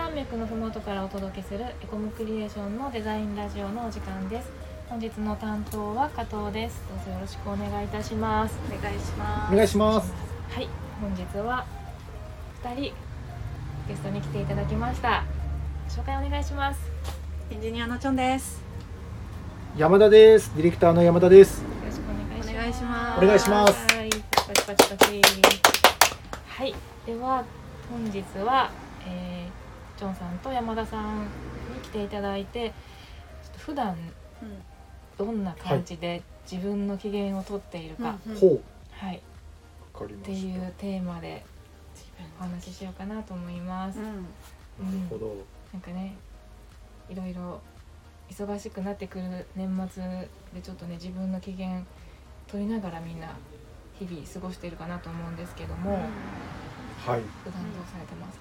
山脈のふもとからお届けするエコムクリエーションのデザインラジオのお時間です。本日の担当は加藤です。どうぞよろしくお願いいたします。 お願いします。 お願いします。 はい、本日は2人ゲストに来ていただきました。紹介お願いします。 エンジニアのチョンです。 山田です。ディレクターの山田です。 よろしくお願いします。 お願いします。 お願いします。 はい、パチパチパチ。はい、では本日は、ジョンさんと山田さんに来ていただいて、ちょっと普段どんな感じで自分の機嫌をとっているか、 ほう、 はい、 わかりまってした。 いうテーマでお話ししようかなと思います。 なるほど。 なんかね、いろいろ忙しくなってくる年末でちょっとね、自分の機嫌取りながらみんな日々過ごしているかなと思うんですけども、 はい。 普段どうされてますか？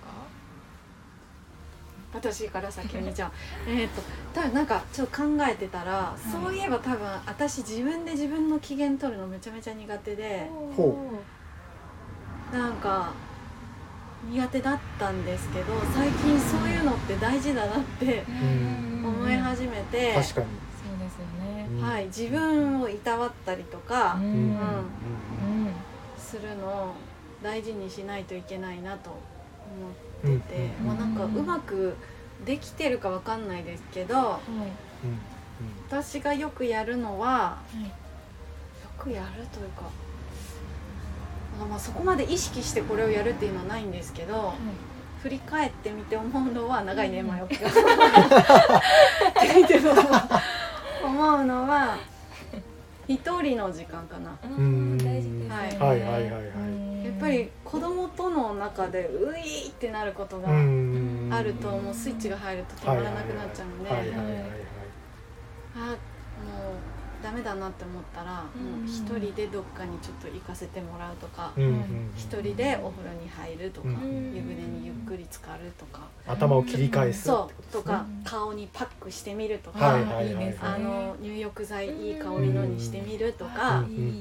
私から先にじゃあ多分なんかちょっと考えてたら、そういえば多分私自分で自分の機嫌取るのめちゃめちゃ苦手で、 ほなんか苦手だったんですけど、最近そういうのって大事だなって思い始めて、 確かに。 そうですよね。 はい、自分をいたわったりとか、するのを大事にしないといけないなと思ってて、なんかうまくできてるかわかんないですけど、私がよくやるのは、よくやるというか、まあそこまで意識してこれをやるっていうのはないんですけど、振り返ってみて思うのは、長いね前置きがって見て思うのは一人の時間かな。 大事ですね。 はいはいはいはい。 やっぱり子供との中でウィーってなることがあると、もうスイッチが入ると止まらなくなっちゃうので、もうダメだなって思ったら、もう一人でどっかにちょっと行かせてもらうとか、一人でお風呂に入るとか、湯船にゆっくり浸かるとか、 頭を切り返すそうとか、顔にパックしてみるとか、入浴剤いい香りのにしてみるとか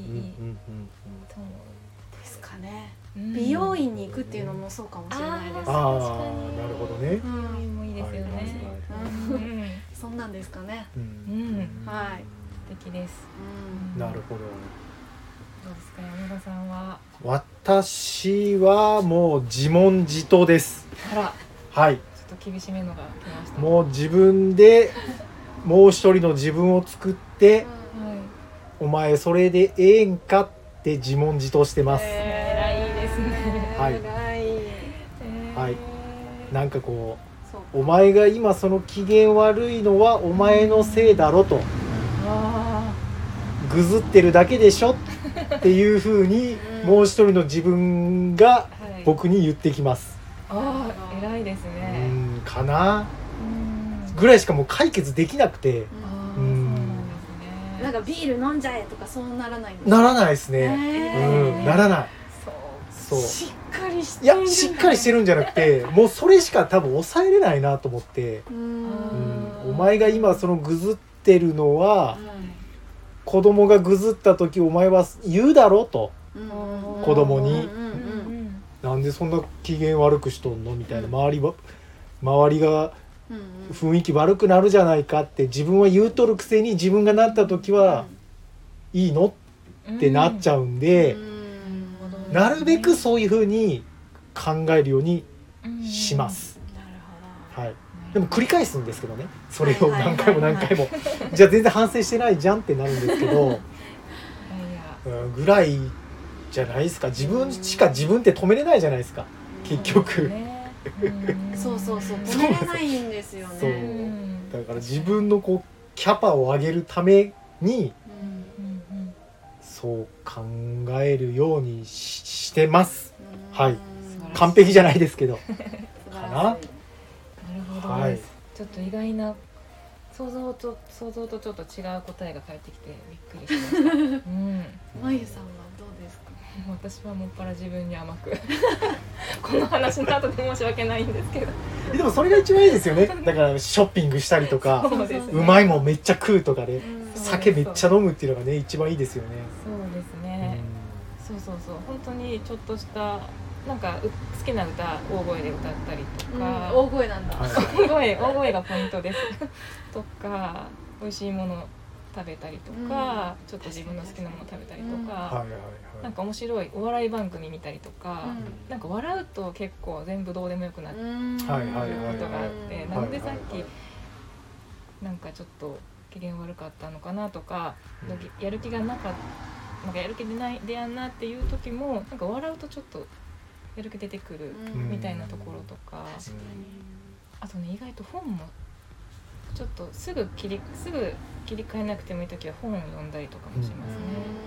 ですかね。美容院に行くっていうのもそうかもしれないです。 ああ、なるほどね。 美容院もいいですよね。 そんなんですかね。はい。 素敵です。 なるほど。 どうですか、山田さんは？ 私はもう自問自答です。 あら、 はい。 ちょっと厳しめのが来ました。 もう自分でもう一人の自分を作って、お前それでええんかって自問自答してます。 偉いですね。 はい。 はい。 なんかこう、お前が今その機嫌悪いのはお前のせいだろと、ぐずってるだけでしょっていう風にもう一人の自分が僕に言ってきます。 ああ、偉いですね。 かなぐらいしかもう解決できなくて、 なんかビール飲んじゃえとかそうならないんですか？ ならないですね。ならない。そう。 しっかりしてる。 いや、しっかりしてるんじゃなくて、もうそれしか多分抑えれないなと思って、お前が今そのぐずってるのは、子供がぐずった時お前は言うだろと、子供に、なんでそんな機嫌悪くしとんのみたいな、周りが雰囲気悪くなるじゃないかって自分は言うとるくせに、自分がなった時はいいのってなっちゃうんで、なるべくそういう風に考えるようにします。はい。でも繰り返すんですけどね、それを何回も何回もじゃあ全然反省してないじゃんってなるんですけどぐらいじゃないですか。自分しか自分って止めれないじゃないですか、結局。 そう止めれないんですよね。 そうだから自分のこうキャパを上げるためにそう考えるようにしてます。はい。完璧じゃないですけどかな。 なるほどです。ちょっと意外な想像とちょっと違う答えが返ってきてびっくりしました。まゆさんはどうですか？ 私はもっぱら自分に甘くこの話の後で申し訳ないんですけど、 でもそれが一番いいですよね。だからショッピングしたりとか、うまいもんめっちゃ食うとかね、酒めっちゃ飲むっていうのがね一番いいですよね。 そうですね。そう本当にちょっとしたなんか好きな歌大声で歌ったりとか、 大声なんだ、 大声がポイントですとか、美味しいもの食べたりとか、ちょっと自分の好きなもの食べたりとか、なんか面白いお笑い番組見たりとか、なんか笑うと結構全部どうでもよくなっちゃうことがあって、なのでさっきなんかちょっと機嫌悪かったのかなとか、やる気がなかった、なんかやる気でないでやんなっていう時も、なんか笑うとちょっとやる気出てくるみたいなところとか、あとね、意外と本もちょっとすぐ切り替えなくてもいい時は本を読んだりとかもしますね。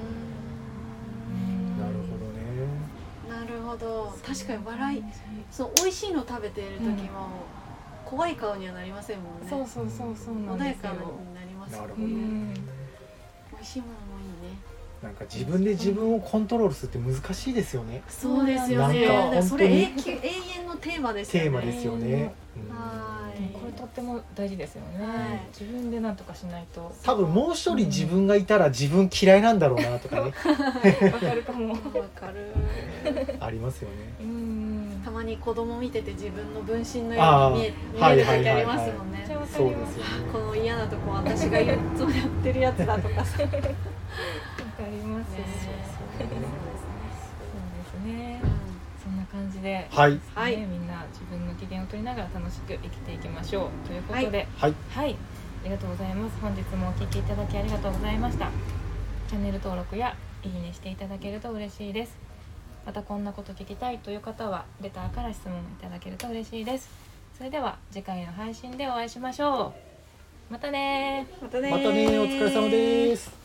なるほどね。 なるほど。確かに笑い、そう美味しいの食べている時も怖い顔にはなりませんもんね。 そうそうそうそうなん穏やですよ。 かになりますよね。 なるほどね。 美味しいものもいいね。 なんか自分で自分をコントロールするって難しいですよね。 そうですよね。 なんかそれ永遠のテーマですよね。 テーマですよね。 これとっても大事ですよね。自分でなんとかしないと。 多分もう一人自分がいたら自分嫌いなんだろうなとかね。 わかるかも。わかる。 ありますよね。 たまに子供見てて自分の分身のように見える時ありますもんね。 そうですよね。 この嫌なとこ私がいつもやってるやつだとかさ。わかります。そうですね。そんな感じで、 はい、 みんな自分の機嫌を取りながら楽しく生きていきましょうということで、はい、ありがとうございます。本日もお聞きいただきありがとうございました。チャンネル登録やいいねしていただけると嬉しいです。またこんなこと聞きたいという方はレターから質問いただけると嬉しいです。それでは次回の配信でお会いしましょう。またね。 またね。お疲れ様です。